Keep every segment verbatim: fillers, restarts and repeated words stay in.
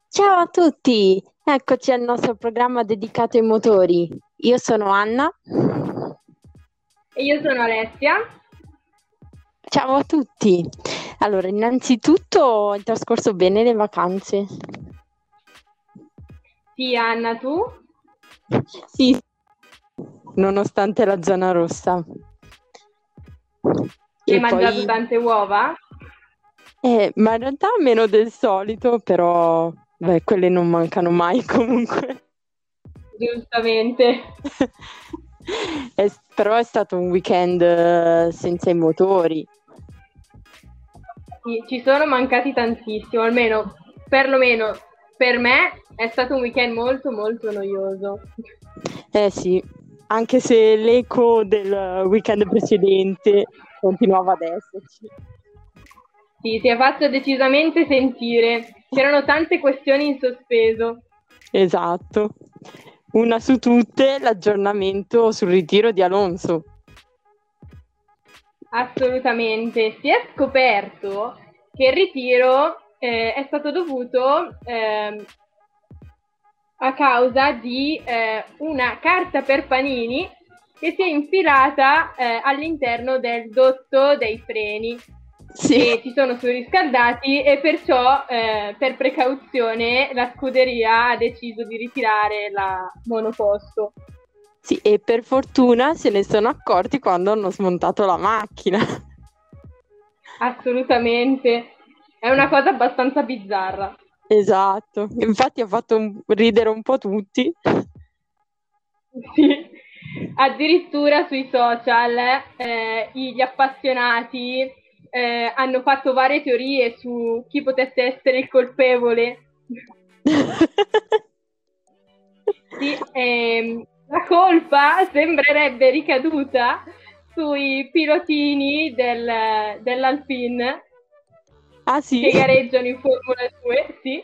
Ciao a tutti, eccoci al nostro programma dedicato ai motori. Io sono Anna. E io sono Alessia. Ciao a tutti. Allora, innanzitutto è trascorso bene le vacanze. Sì, Anna, tu? Sì, nonostante la zona rossa. Hai E mangiato poi, tante uova? eh, ma in realtà meno del solito, però, beh, quelle non mancano mai comunque. Giustamente. È- però è stato un weekend eh, senza i motori. Sì, ci sono mancati tantissimo, almeno, perlomeno per me è stato un weekend molto molto noioso. Eh sì, anche se l'eco del weekend precedente continuava ad esserci. Sì, si è fatto decisamente sentire. C'erano tante questioni in sospeso. Esatto. Una su tutte, l'aggiornamento sul ritiro di Alonso. Assolutamente. Si è scoperto che il ritiro eh, è stato dovuto ehm, a causa di eh, una carta per panini che si è infilata eh, all'interno del dotto dei freni Sì. e si sono surriscaldati e perciò eh, per precauzione la scuderia ha deciso di ritirare la monoposto. Sì, e per fortuna se ne sono accorti quando hanno smontato la macchina. Assolutamente, è una cosa abbastanza bizzarra. Esatto, infatti ha fatto un- ridere un po' tutti. Sì. Addirittura sui social eh, gli appassionati eh, hanno fatto varie teorie su chi potesse essere il colpevole. Sì, ehm, la colpa sembrerebbe ricaduta sui pilotini del, dell'Alpine Ah sì? che gareggiano in Formula due, sì.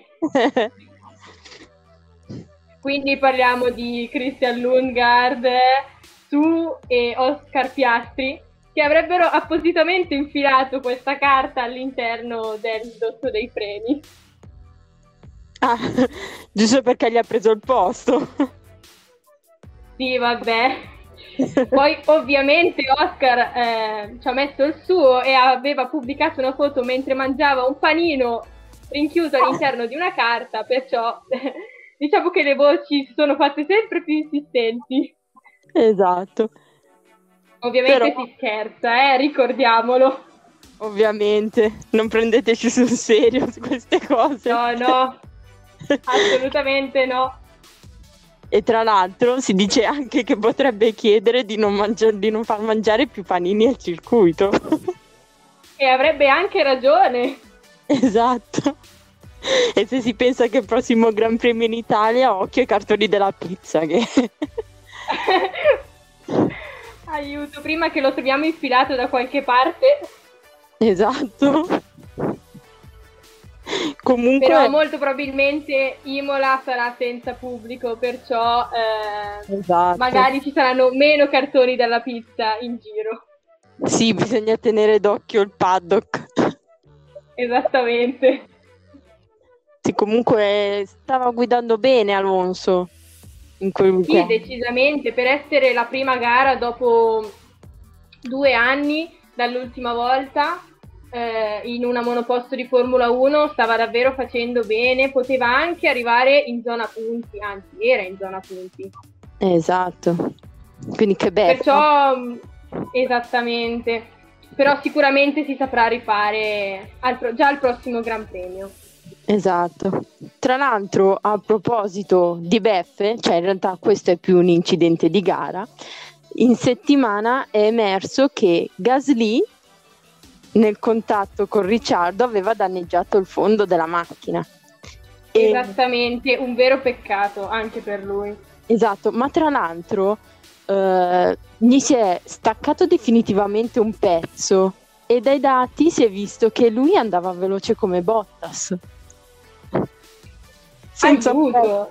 Quindi parliamo di Christian Lundgaard, Su e Oscar Piastri, che avrebbero appositamente infilato questa carta all'interno del dotto dei freni. Ah, giusto perché gli ha preso il posto. Sì, vabbè. Poi ovviamente Oscar eh, ci ha messo il suo e aveva pubblicato una foto mentre mangiava un panino rinchiuso all'interno di una carta, perciò diciamo che le voci si sono fatte sempre più insistenti. Esatto. Però Ovviamente si scherza, eh, ricordiamolo. ovviamente non prendeteci sul serio su queste cose. No, no, assolutamente no. E tra l'altro si dice anche che potrebbe chiedere di non, mangia- di non far mangiare più panini al circuito. E avrebbe anche ragione. Esatto. E se si pensa che il prossimo Gran Premio in Italia, occhio ai cartoni della pizza che... Aiuto, prima che lo troviamo infilato da qualche parte. Esatto. Però Comunque, molto probabilmente Imola sarà senza pubblico, perciò eh, esatto. magari ci saranno meno cartoni della pizza in giro. Sì, bisogna tenere d'occhio il paddock. Esattamente. Sì, comunque stava guidando bene Alonso in quel Sì, weekend. decisamente, per essere la prima gara dopo due anni dall'ultima volta eh, in una monoposto di Formula uno stava davvero facendo bene, poteva anche arrivare in zona punti, anzi era in zona punti. Esatto. Quindi che beffa. Perciò, mh, esattamente, però sicuramente si saprà rifare al pro- già al prossimo Gran Premio. Esatto. Tra l'altro, a proposito di beffe, cioè in realtà questo è più un incidente di gara, in settimana è emerso che Gasly nel contatto con Ricciardo aveva danneggiato il fondo della macchina. E, Esattamente, un vero peccato anche per lui. esatto, ma tra l'altro eh, gli si è staccato definitivamente un pezzo e dai dati si è visto che lui andava veloce come Bottas. Senza Aiuto!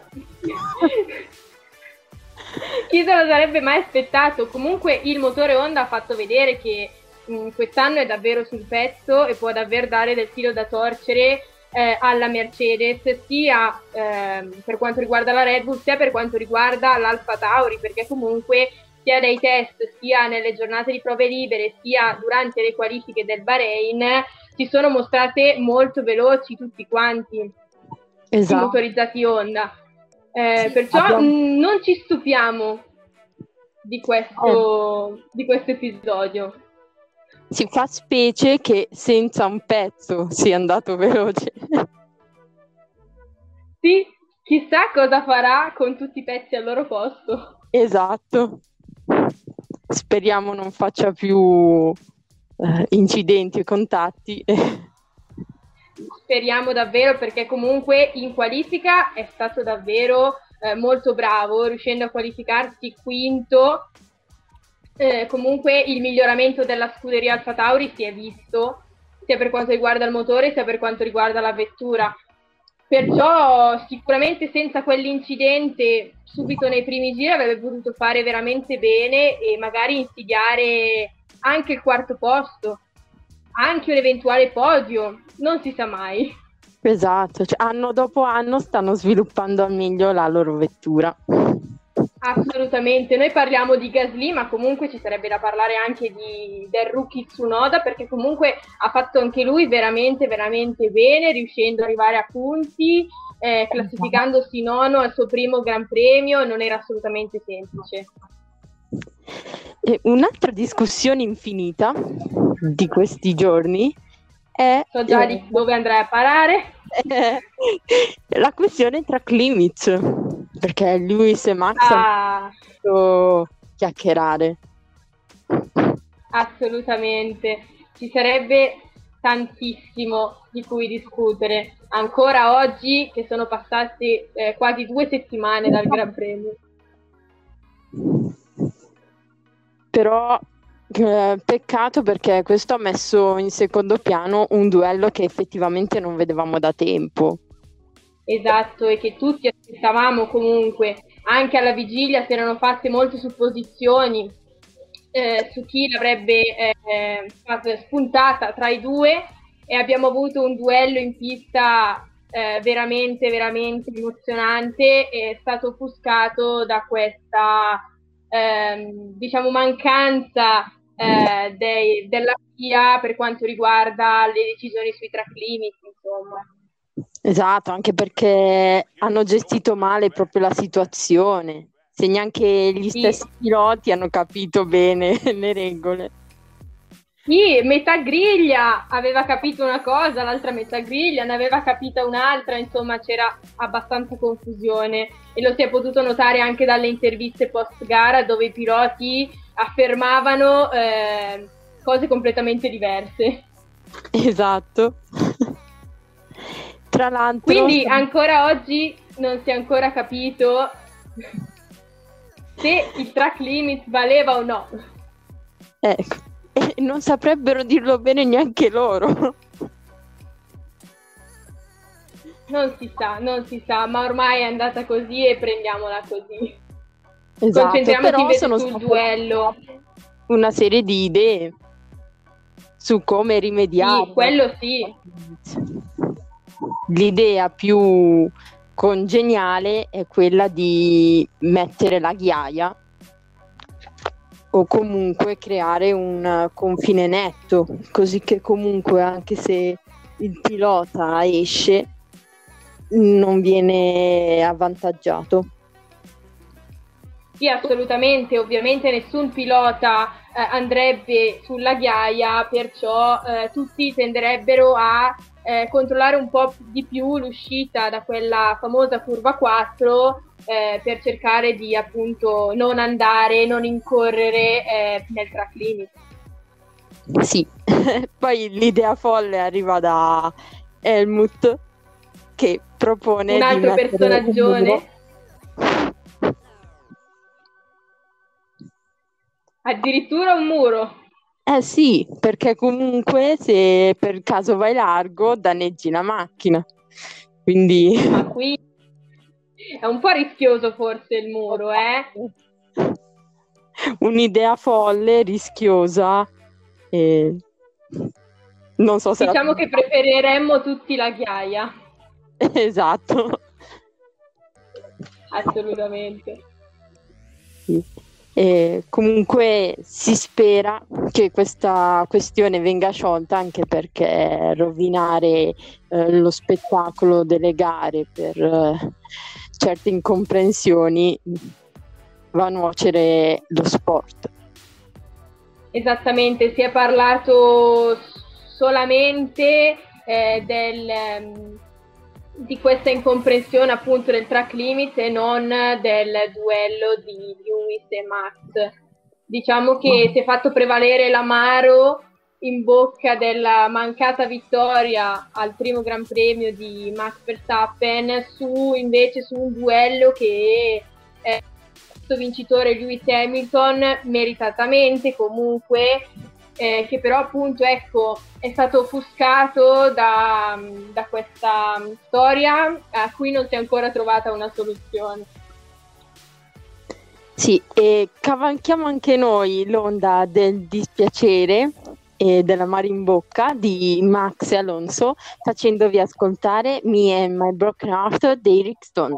Chi se lo sarebbe mai aspettato? Comunque il motore Honda ha fatto vedere che mh, quest'anno è davvero sul pezzo e può davvero dare del filo da torcere eh, alla Mercedes, sia eh, per quanto riguarda la Red Bull, sia per quanto riguarda l'Alfa Tauri, perché comunque sia nei test, sia nelle giornate di prove libere, sia durante le qualifiche del Bahrain, si sono mostrate molto veloci tutti quanti, esatto, i motorizzati Honda. Eh, sì, perciò abbiamo... mh, non ci stupiamo di questo, eh. di questo episodio. Si fa specie che senza un pezzo sia andato veloce. Sì, chissà cosa farà con tutti i pezzi al loro posto. Esatto. Speriamo non faccia più eh, incidenti e contatti. Speriamo davvero, perché comunque in qualifica è stato davvero eh, molto bravo, riuscendo a qualificarsi quinto. Eh, comunque il miglioramento della scuderia Alfa Tauri si è visto, sia per quanto riguarda il motore sia per quanto riguarda la vettura. Perciò sicuramente senza quell'incidente subito nei primi giri avrebbe potuto fare veramente bene e magari insidiare anche il quarto posto, anche un eventuale podio, non si sa mai. Esatto, cioè, anno dopo anno stanno sviluppando al meglio la loro vettura. Assolutamente, noi parliamo di Gasly, ma comunque ci sarebbe da parlare anche di, del rookie Tsunoda, perché comunque ha fatto anche lui veramente veramente bene, riuscendo ad arrivare a punti, eh, classificandosi nono al suo primo Gran Premio, non era assolutamente semplice. E un'altra discussione infinita di questi giorni è... So già di dove andrai a parare. La questione tra limits, perché Lewis e Max ah. hanno fatto chiacchierare. Assolutamente, ci sarebbe tantissimo di cui discutere ancora oggi, che sono passate eh, quasi due settimane dal Gran Premio. Però eh, peccato, perché questo ha messo in secondo piano un duello che effettivamente non vedevamo da tempo. Esatto, e che tutti aspettavamo comunque. Anche alla vigilia si erano fatte molte supposizioni eh, su chi l'avrebbe eh, spuntata tra i due, e abbiamo avuto un duello in pista eh, veramente veramente emozionante, e è stato offuscato da questa ehm, diciamo mancanza eh, dei, della F I A per quanto riguarda le decisioni sui track limit, insomma. Esatto, anche perché hanno gestito male proprio la situazione, se neanche gli sì. stessi piloti hanno capito bene le regole. Sì, metà griglia aveva capito una cosa, l'altra metà griglia ne aveva capita un'altra, insomma c'era abbastanza confusione, e lo si è potuto notare anche dalle interviste post gara, dove i piloti affermavano eh, cose completamente diverse. Esatto. Tra l'altro... Quindi ancora oggi non si è ancora capito se il track limit valeva o no. Ecco, e non saprebbero dirlo bene neanche loro. Non si sa, non si sa, ma ormai è andata così e prendiamola così. Esatto, concentriamoci però invece sono sul duello. Una serie di idee su come rimediare. Sì, quello sì. L'idea più congeniale è quella di mettere la ghiaia o comunque creare un confine netto, così che comunque anche se il pilota esce non viene avvantaggiato. Sì, assolutamente, ovviamente nessun pilota eh, andrebbe sulla ghiaia, perciò eh, tutti tenderebbero a eh, controllare un po' di più l'uscita da quella famosa curva quattro eh, per cercare di appunto non andare, non incorrere eh, nel track limit. Sì, poi l'idea folle arriva da Helmut, che propone un altro di personaggione. Addirittura un muro. Eh sì, perché comunque se per caso vai largo danneggi la macchina. Quindi... Ma qui è un po' rischioso forse il muro, eh? Un'idea folle, rischiosa. E... Non so se Diciamo la... che preferiremmo tutti la ghiaia. Esatto. Assolutamente. Sì. E comunque si spera che questa questione venga sciolta, anche perché rovinare eh, lo spettacolo delle gare per eh, certe incomprensioni va a nuocere lo sport. Esattamente, si è parlato solamente eh, del, ehm, di questa incomprensione appunto del track limit e non del duello di Lewis e Max. Diciamo che si è fatto prevalere l'amaro in bocca della mancata vittoria al primo Gran Premio di Max Verstappen su invece su un duello che è vincitore Lewis Hamilton meritatamente comunque, eh, che però appunto ecco è stato offuscato da, da questa storia a cui non si è ancora trovata una soluzione. Sì, e cavalchiamo anche noi l'onda del dispiacere e dell'amaro in bocca di Max e Alonso, facendovi ascoltare Me and My Broken Heart dei Rick Stone.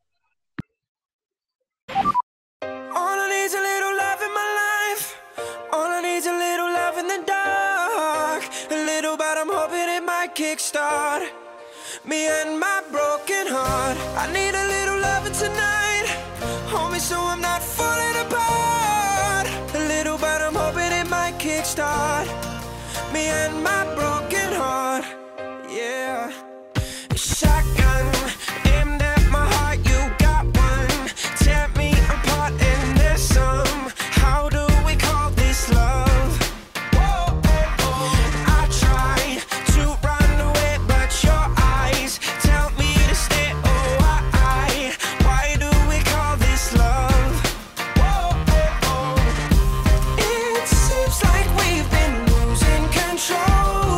All I need is a little love in my life. All I need is a little love in the dark. A little, but I'm hoping it might kickstart me and my broken heart. I need a little loving tonight. Hold me so I'm not falling apart. A little, but I'm hoping it might kickstart me and my broken heart. Yeah. Shotgun aimed at my heart. You got one. Tear me apart and there's some. How do we call this love? Whoa, oh, oh. I try to run away, but your eyes tell me to stay. Oh, I, I why do we call this love? Whoa, oh, oh. It seems like we've been losing control.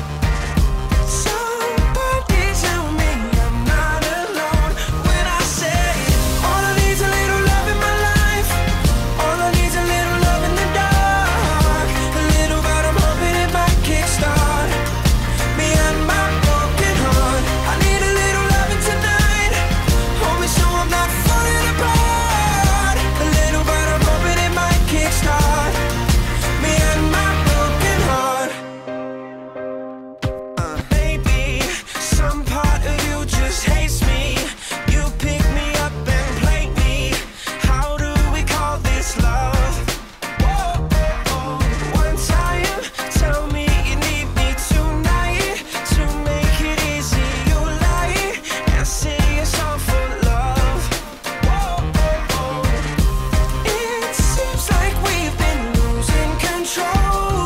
Somebody tell me I'm not alone when I say all I need is a little love in my life. All I need is a little love in the dark. A little, but I'm hoping it might kickstart me and my broken heart. I need a little loving tonight. Hold me so I'm not falling apart. A little, but I'm hoping it might kickstart me and my broken heart. Uh, maybe some part of you just hates me. You pick me up and play me. How do we call this love? Whoa, oh, oh. One time, tell me you need me tonight. To make it easy, you lie and say it's all for love. Whoa, oh, oh. It seems like we've been losing control.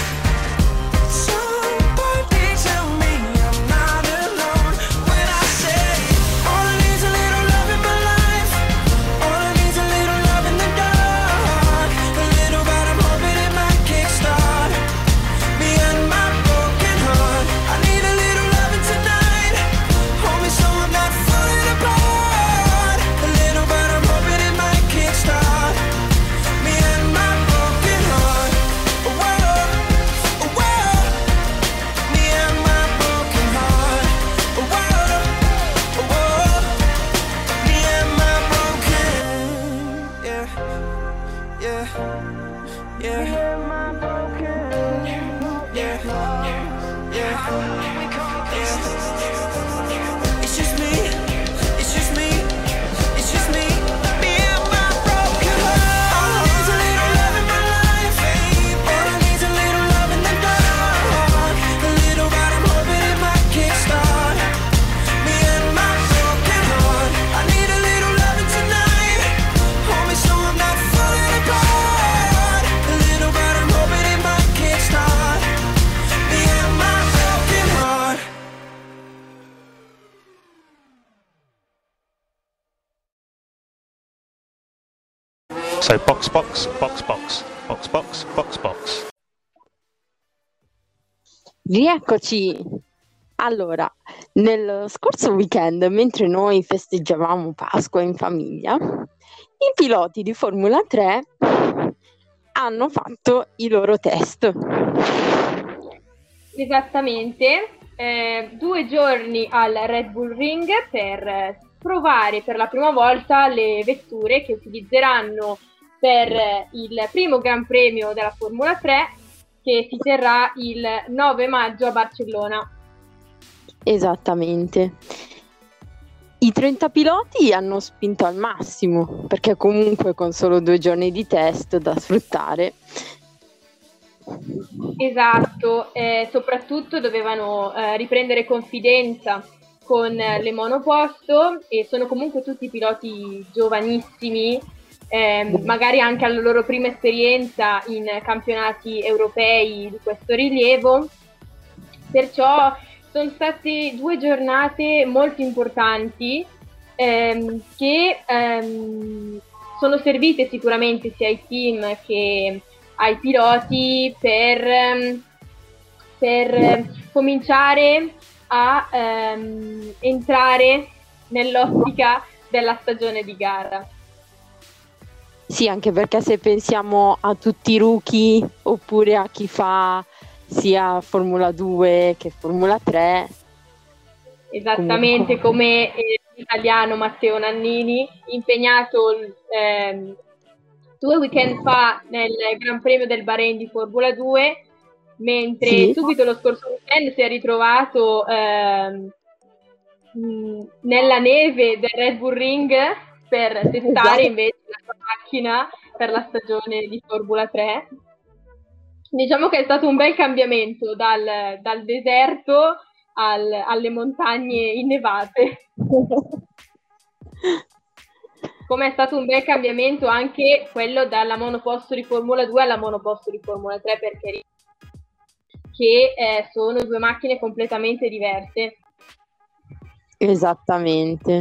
Somebody tell me I'm not alone when I say all I need is a little love in my life. All I need is a little love in the dark. A little, but I'm hoping it might kickstart me and my broken heart. I need a little loving tonight. Hold me so I'm not falling apart. A little, but I'm hoping it might kickstart me and my broken heart. Whoa, whoa. Me and my broken heart. Whoa, whoa. Me and my broken. Yeah, yeah, yeah. Me and my broken. Yeah, yeah, yeah. It's just me. It's just me. It's just me. Me and my broken heart. All I need is a little love in my life. All I need is a little love in the dark. A little, but I'm hoping it might kickstart me and my broken heart. I need a little loving tonight. Hold me so I'm not falling apart. A little, but I'm hoping it might kickstart me and my broken heart. So box, box, box, box, box, box, box, box. Rieccoci. Allora, nel scorso weekend, mentre noi festeggiavamo Pasqua in famiglia, i piloti di Formula tre hanno fatto i loro test. Esattamente, eh, due giorni al Red Bull Ring per eh, provare per la prima volta le vetture che utilizzeranno per eh, il primo Gran Premio della Formula tre che si terrà il nove maggio a Barcellona. Esattamente. I trenta piloti hanno spinto al massimo, perché comunque con solo due giorni di test da sfruttare. Esatto, eh, soprattutto dovevano eh, riprendere confidenza con eh, le monoposto e sono comunque tutti piloti giovanissimi, eh, magari anche alla loro prima esperienza in campionati europei di questo rilievo, perciò sono state due giornate molto importanti ehm, che ehm, sono servite sicuramente sia ai team che ai piloti per, ehm, per eh, cominciare a ehm, entrare nell'ottica della stagione di gara. Sì, anche perché se pensiamo a tutti i rookie oppure a chi fa sia Formula due che Formula tre. Esattamente, come eh, l'italiano Matteo Nannini, impegnato ehm, due weekend fa nel Gran Premio del Bahrain di Formula due, mentre Sì. subito lo scorso weekend si è ritrovato ehm, mh, nella neve del Red Bull Ring per testare Esatto. invece la sua macchina per la stagione di Formula tre. Diciamo che è stato un bel cambiamento dal, dal deserto al- alle montagne innevate. Come è stato un bel cambiamento anche quello dalla monoposto di Formula due alla monoposto di Formula tre, perché che eh, sono due macchine completamente diverse. Esattamente.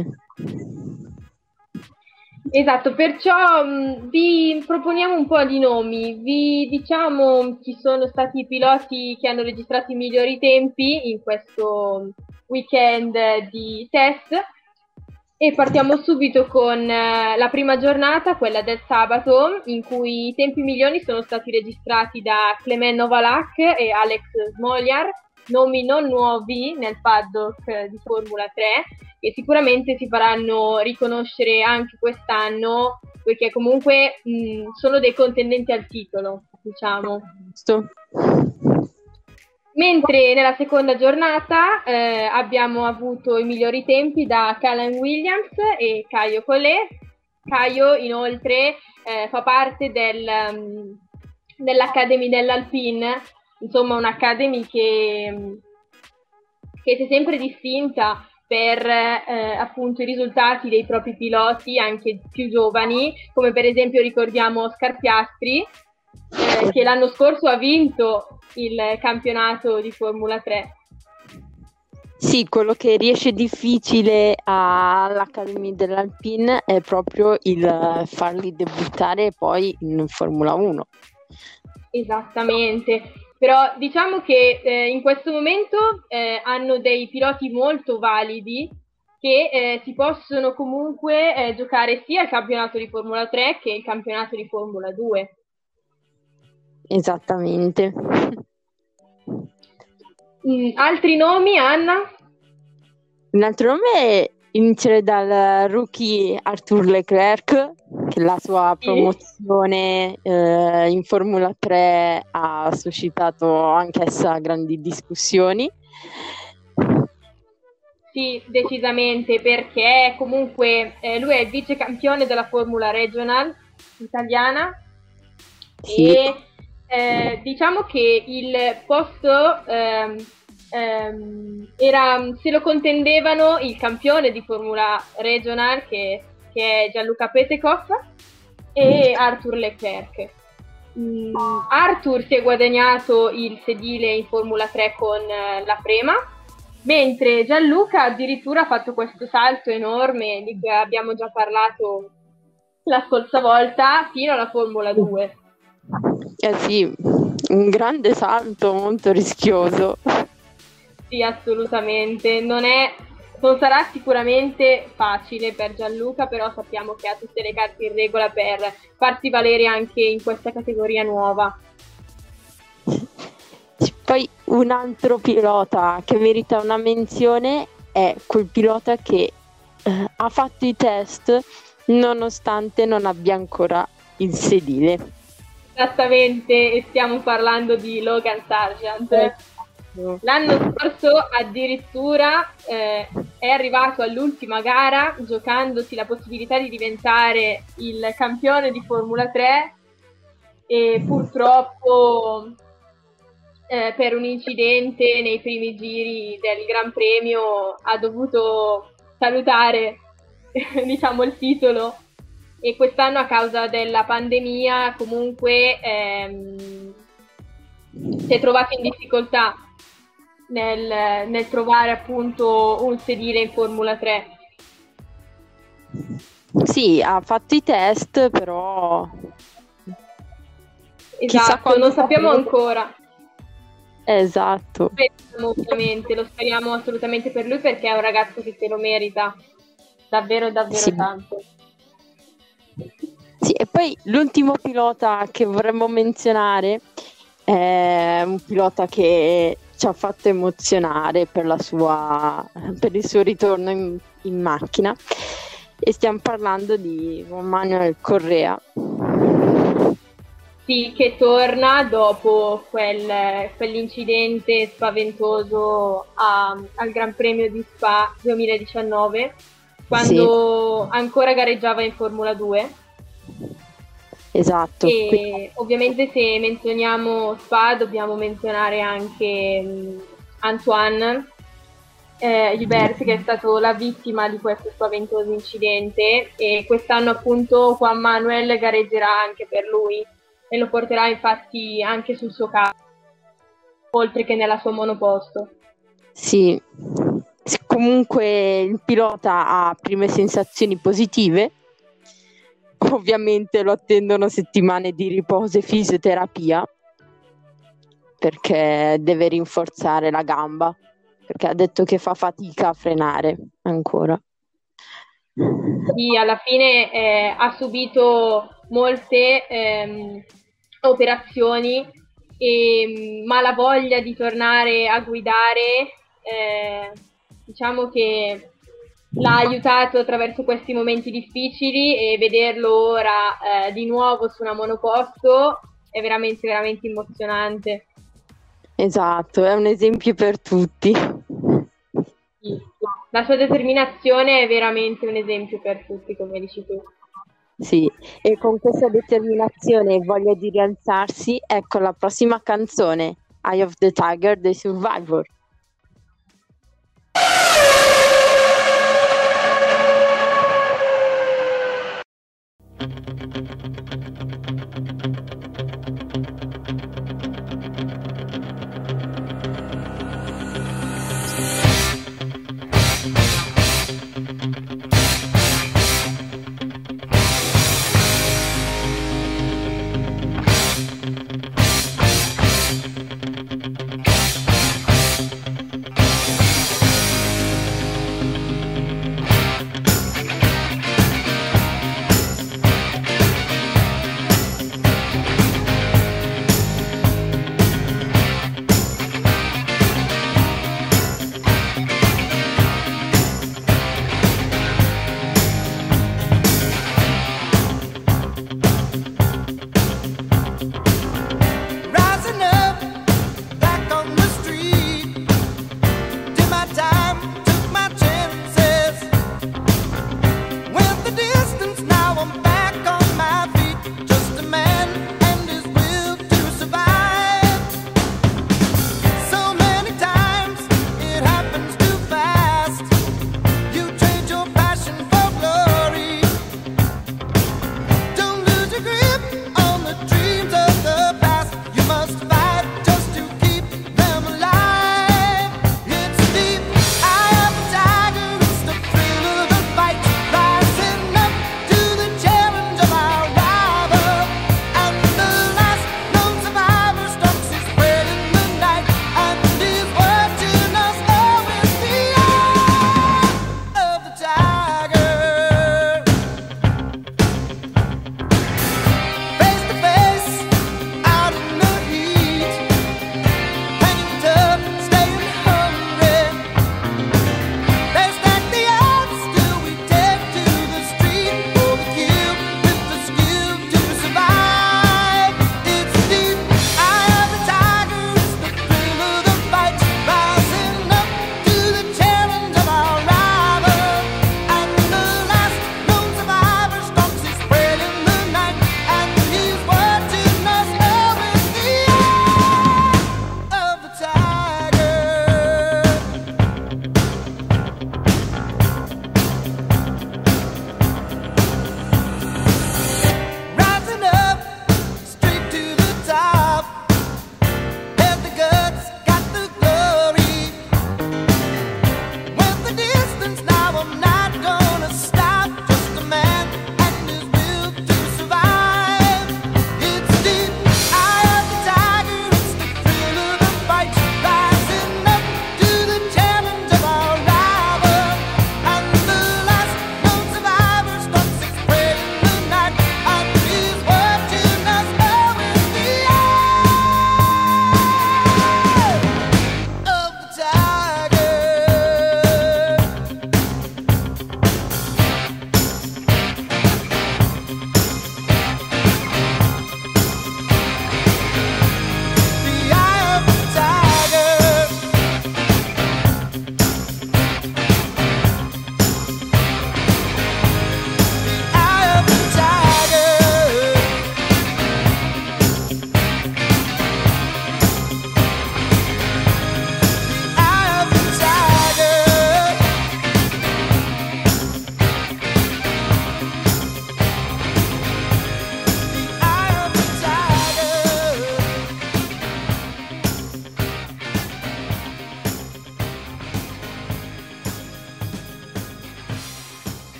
Esatto, perciò mh, vi proponiamo un po' di nomi, vi diciamo chi sono stati i piloti che hanno registrato i migliori tempi in questo weekend di test e partiamo subito con eh, la prima giornata, quella del sabato, in cui i tempi migliori sono stati registrati da Clement Novalak e Alex Smolyar, nomi non nuovi nel paddock di Formula tre, che sicuramente si faranno riconoscere anche quest'anno, perché comunque mh, sono dei contendenti al titolo, diciamo. Giusto. Mentre nella seconda giornata eh, abbiamo avuto i migliori tempi da Callan Williams e Caio Collet. Caio inoltre eh, fa parte del, um, dell'Academy dell'Alpine, insomma un'Academy che, che si è sempre distinta per eh, appunto i risultati dei propri piloti anche più giovani, come per esempio ricordiamo Oscar Piastri, eh, che l'anno scorso ha vinto il campionato di Formula tre. Sì, quello che riesce difficile all'Academy dell'Alpine è proprio il farli debuttare poi in Formula uno. Esattamente, però diciamo che eh, in questo momento eh, hanno dei piloti molto validi che eh, si possono comunque eh, giocare sia il campionato di Formula tre che il campionato di Formula due. Esattamente. Mm, altri nomi, Anna? Un altro nome inizierei dal rookie Arthur Leclerc, che la sua Sì. promozione eh, in Formula tre ha suscitato anch'essa grandi discussioni. Sì, decisamente, perché comunque eh, lui è il vice campione della Formula Regional italiana. Sì. E eh, diciamo che il posto ehm, ehm, era, se lo contendevano il campione di Formula Regional che, che è Gianluca Petekov e Arthur Leclerc. Mm, Arthur si è guadagnato il sedile in Formula tre con eh, la Prema, mentre Gianluca addirittura ha fatto questo salto enorme di cui abbiamo già parlato la scorsa volta fino alla Formula due. Eh sì, un grande salto molto rischioso. Sì, assolutamente. Non è, non sarà sicuramente facile per Gianluca, però sappiamo che ha tutte le carte in regola per farsi valere anche in questa categoria nuova. Poi un altro pilota che merita una menzione è quel pilota che eh, ha fatto i test nonostante non abbia ancora il sedile. Esattamente, e stiamo parlando di Logan Sargent. L'anno scorso addirittura eh, è arrivato all'ultima gara giocandosi la possibilità di diventare il campione di Formula tre e purtroppo eh, per un incidente nei primi giri del Gran Premio ha dovuto salutare diciamo il titolo, e quest'anno a causa della pandemia comunque ehm, si è trovato in difficoltà nel, nel trovare appunto un sedile in Formula tre. Sì, ha fatto i test, però chissà Esatto, quando non sappiamo sapremo. ancora. Esatto. Speriamo, ovviamente, lo speriamo assolutamente per lui perché è un ragazzo che se lo merita davvero davvero Sì. tanto. Sì, e poi l'ultimo pilota che vorremmo menzionare è un pilota che ci ha fatto emozionare per la sua per il suo ritorno in, in macchina, e stiamo parlando di Juan Manuel Correa. Sì, che torna dopo quel, quell'incidente spaventoso a- al Gran Premio di Spa duemiladiciannove, quando ancora gareggiava in Formula due. Esatto. E Quindi- ovviamente se menzioniamo Spa dobbiamo menzionare anche mh, Antoine eh, Hubert, che è stato la vittima di questo spaventoso incidente, e quest'anno appunto Juan Manuel gareggerà anche per lui e lo porterà infatti anche sul suo carro, oltre che nella sua monoposto. Sì, S- comunque il pilota ha prime sensazioni positive. Ovviamente lo attendono settimane di riposo e fisioterapia, perché deve rinforzare la gamba, perché ha detto che fa fatica a frenare ancora. Sì, alla fine eh, ha subito molte ehm, operazioni, e, ma la voglia di tornare a guidare eh, diciamo che l'ha aiutato attraverso questi momenti difficili, e vederlo ora eh, di nuovo su una monoposto è veramente veramente emozionante. Esatto, è un esempio per tutti. Sì, la sua determinazione è veramente un esempio per tutti, come dici tu. Sì, e con questa determinazione e voglia di rialzarsi, ecco la prossima canzone, Eye of the Tiger dei Survivor.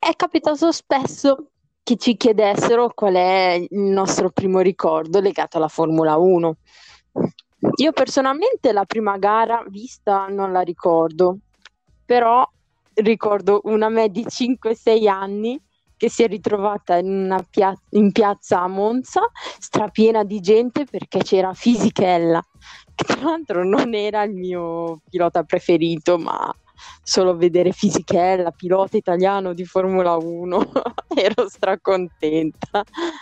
È capitato spesso che ci chiedessero qual è il nostro primo ricordo legato alla Formula uno. Io personalmente la prima gara vista non la ricordo, però ricordo una me di cinque sei anni che si è ritrovata in, una pia- in piazza a Monza, strapiena di gente perché c'era Fisichella, che tra l'altro non era il mio pilota preferito, ma solo vedere Fisichella, pilota italiano di Formula uno, ero stracontenta.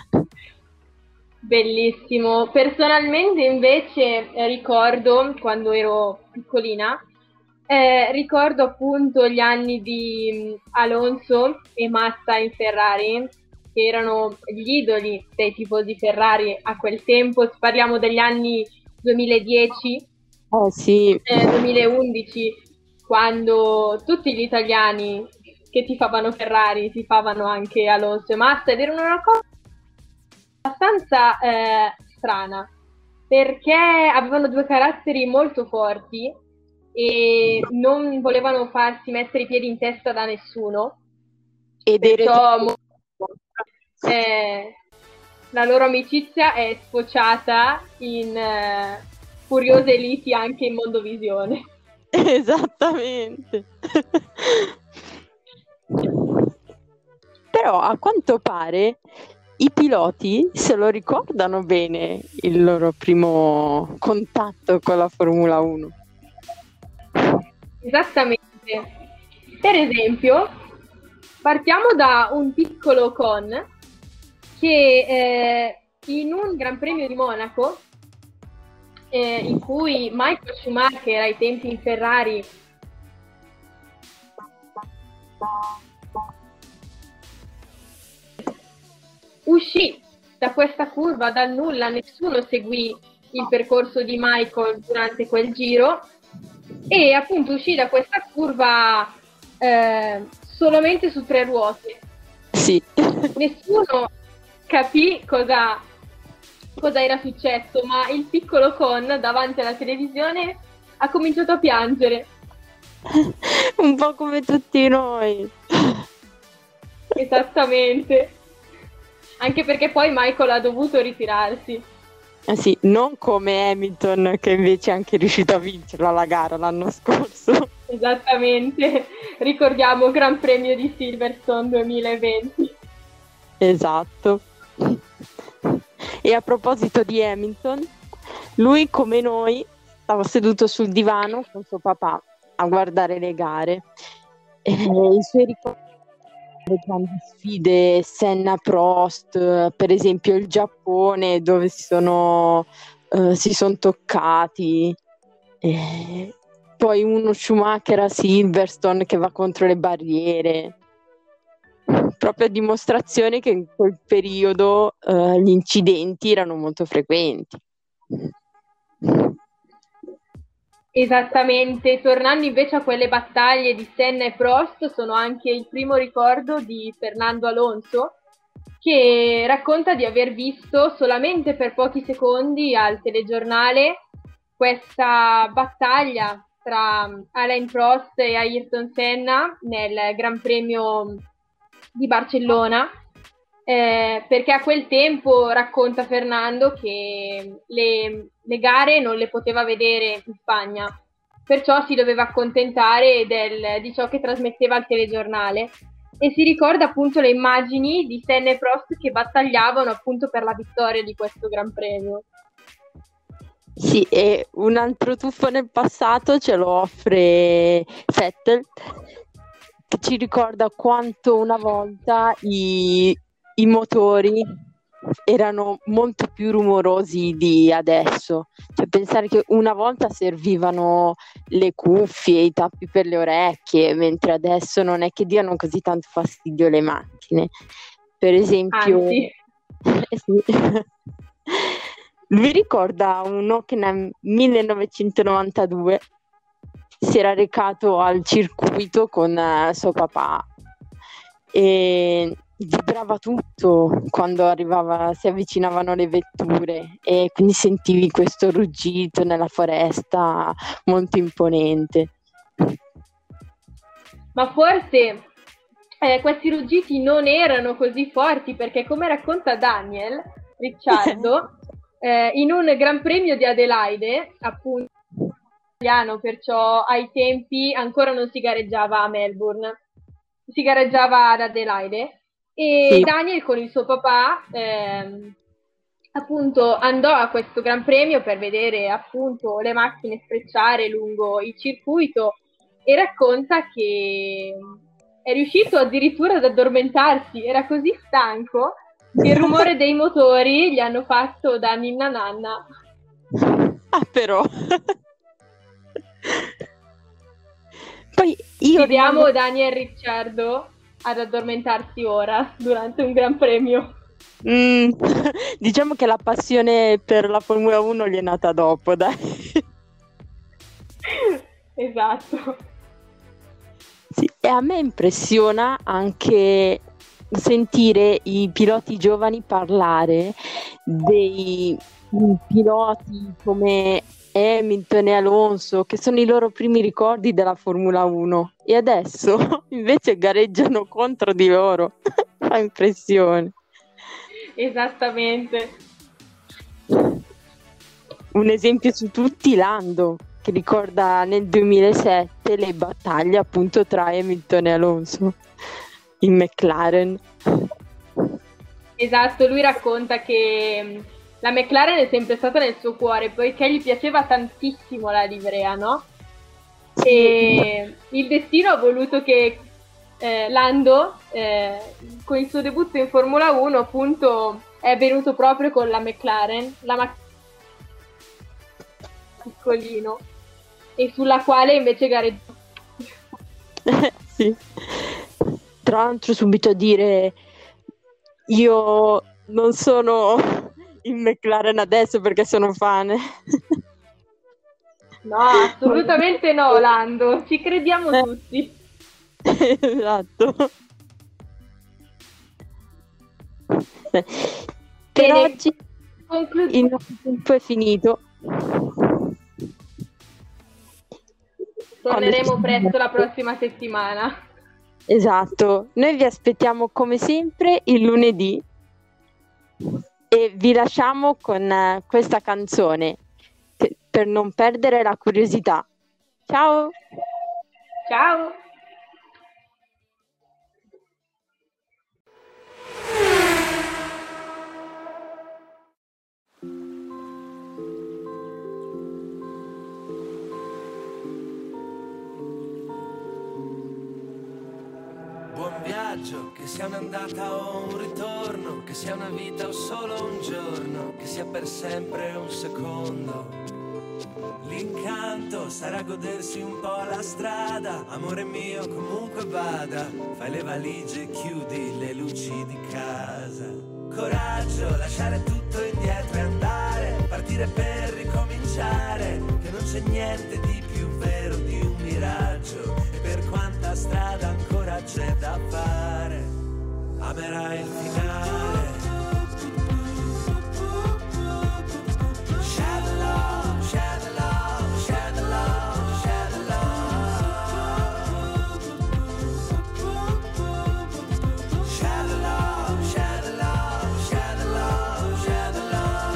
Bellissimo. Personalmente invece eh, ricordo quando ero piccolina, eh, ricordo appunto gli anni di mh, Alonso e Massa in Ferrari, che erano gli idoli dei tifosi Ferrari a quel tempo. Parliamo degli anni duemiladieci, Oh sì, eh, duemilaundici, quando tutti gli italiani che tifavano Ferrari tifavano anche Alonso e Massa, ed era una cosa abbastanza eh, strana, perché avevano due caratteri molto forti e non volevano farsi mettere i piedi in testa da nessuno, ed ero perciò mo- eh, la loro amicizia è sfociata in eh, furiose liti anche in Mondovisione. esattamente. Però a quanto pare i piloti se lo ricordano bene il loro primo contatto con la Formula uno. Esattamente. Per esempio, partiamo da un piccolo con che eh, in un Gran Premio di Monaco, eh, in cui Michael Schumacher ai tempi in Ferrari uscì da questa curva dal nulla, nessuno seguì il percorso di Michael durante quel giro e appunto uscì da questa curva eh, solamente su tre ruote. Sì. Nessuno capì cosa, cosa era successo, ma il piccolo Con davanti alla televisione ha cominciato a piangere. Un po' come tutti noi. Esattamente. Anche perché poi Michael ha dovuto ritirarsi. Eh sì, non come Hamilton che invece è anche riuscito a vincerla la gara l'anno scorso. Esattamente. Ricordiamo Gran Premio di Silverstone duemilaventi. Esatto. E a proposito di Hamilton, lui come noi stava seduto sul divano con suo papà a guardare le gare. E i suoi ricordi, le grandi sfide, Senna, Prost, per esempio il Giappone dove si sono, eh, si sono toccati. E poi uno Schumacher a Silverstone che va contro le barriere. Proprio a dimostrazione che in quel periodo eh, gli incidenti erano molto frequenti. Esattamente, tornando invece a quelle battaglie di Senna e Prost, sono anche il primo ricordo di Fernando Alonso, che racconta di aver visto solamente per pochi secondi al telegiornale questa battaglia tra Alain Prost e Ayrton Senna nel Gran Premio di Barcellona, eh, perché a quel tempo racconta Fernando che le, le gare non le poteva vedere in Spagna, perciò si doveva accontentare del, di ciò che trasmetteva il telegiornale, e si ricorda appunto le immagini di Senna e Prost che battagliavano appunto per la vittoria di questo Gran Premio. Sì, e un altro tuffo nel passato ce lo offre Vettel, che ci ricorda quanto una volta i, i motori erano molto più rumorosi di adesso. Cioè, pensare che una volta servivano le cuffie, i tappi per le orecchie, mentre adesso non è che diano così tanto fastidio le macchine. Per esempio, Anzi. Eh sì. Lui ricorda uno che nel millenovecentonovantadue si era recato al circuito con eh, suo papà e vibrava tutto quando arrivava, si avvicinavano le vetture, e quindi sentivi questo ruggito nella foresta molto imponente. Ma forse eh, questi ruggiti non erano così forti perché, come racconta Daniel Ricciardo, eh, in un Gran Premio di Adelaide, appunto italiano, perciò ai tempi ancora non si gareggiava a Melbourne, si gareggiava ad Adelaide, e Sì. Daniel con il suo papà ehm, appunto andò a questo Gran Premio per vedere appunto le macchine sfrecciare lungo il circuito, e racconta che è riuscito addirittura ad addormentarsi, era così stanco che il rumore dei motori gli hanno fatto da ninna nanna. Ah, però. Poi io Vediamo rimango- Daniel Ricciardo ad addormentarsi ora durante un Gran Premio. Mm, diciamo che la passione per la Formula uno gli è nata dopo, dai. Esatto. Sì, e a me impressiona anche sentire i piloti giovani parlare dei mm, piloti come Hamilton e Alonso, che sono i loro primi ricordi della Formula uno, e adesso invece gareggiano contro di loro. Fa impressione. Esattamente. Un esempio su tutti, Lando, che ricorda nel duemilasette le battaglie appunto tra Hamilton e Alonso in McLaren. Esatto, lui racconta che mh, la McLaren è sempre stata nel suo cuore, poiché gli piaceva tantissimo la livrea, no? E il destino ha voluto che eh, Lando, eh, con il suo debutto in Formula uno, appunto, è venuto proprio con la McLaren, la macchina piccolino, e sulla quale invece gareggiò. Sì. Tra l'altro subito a dire, io non sono in McLaren adesso perché sono fan. No, assolutamente no, Lando, ci crediamo Eh. tutti. Esatto. Per Bene, oggi conclu- il nostro tempo è finito. Torneremo presto la prossima settimana. Esatto, noi vi aspettiamo come sempre il lunedì e vi lasciamo con eh, questa canzone che- per non perdere la curiosità. Ciao! Ciao! Buon viaggio, che sia un'andata o un ritorno, che sia una vita o solo un giorno, che sia per sempre un secondo. L'incanto sarà godersi un po' la strada, amore mio comunque vada, fai le valigie e chiudi le luci di casa. Coraggio, lasciare tutto indietro e andare, partire per ricominciare, che non c'è niente di più vero di un miraggio, e per quanta strada ancora c'è da fare, amerai il finale. Share the love, share the love, share the love, share the love. Share the love, share the love, share the love, share the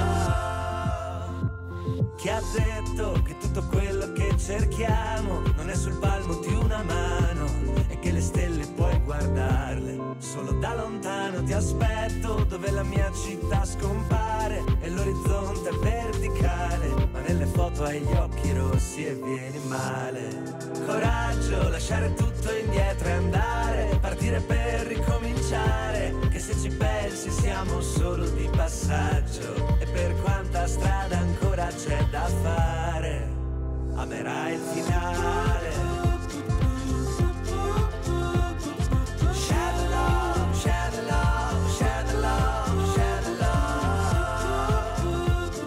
love. Chi ha detto che tutto quello che cerchiamo non è sul palmo di una mano e che le stelle puoi guardarle solo da lontano? Ti aspetto dove la mia città scompare e l'orizzonte è verticale, ma nelle foto hai gli occhi rossi e vieni male. Coraggio, lasciare tutto indietro e andare, partire per ricominciare, che se ci pensi siamo solo di passaggio, e per quanta strada ancora c'è da fare, amerai il finale. Share the love, share the love, share the love, share the love.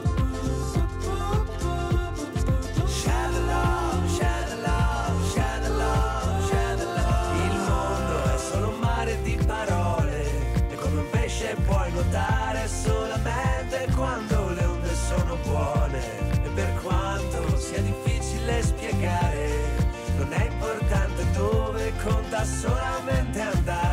Share the love, share the love, share the love, share the love. Il mondo è solo un mare di parole e come un pesce puoi nuotare solamente quando le onde sono buone, e per quanto sia difficile spiegare, non è importante dove, conta solamente andare.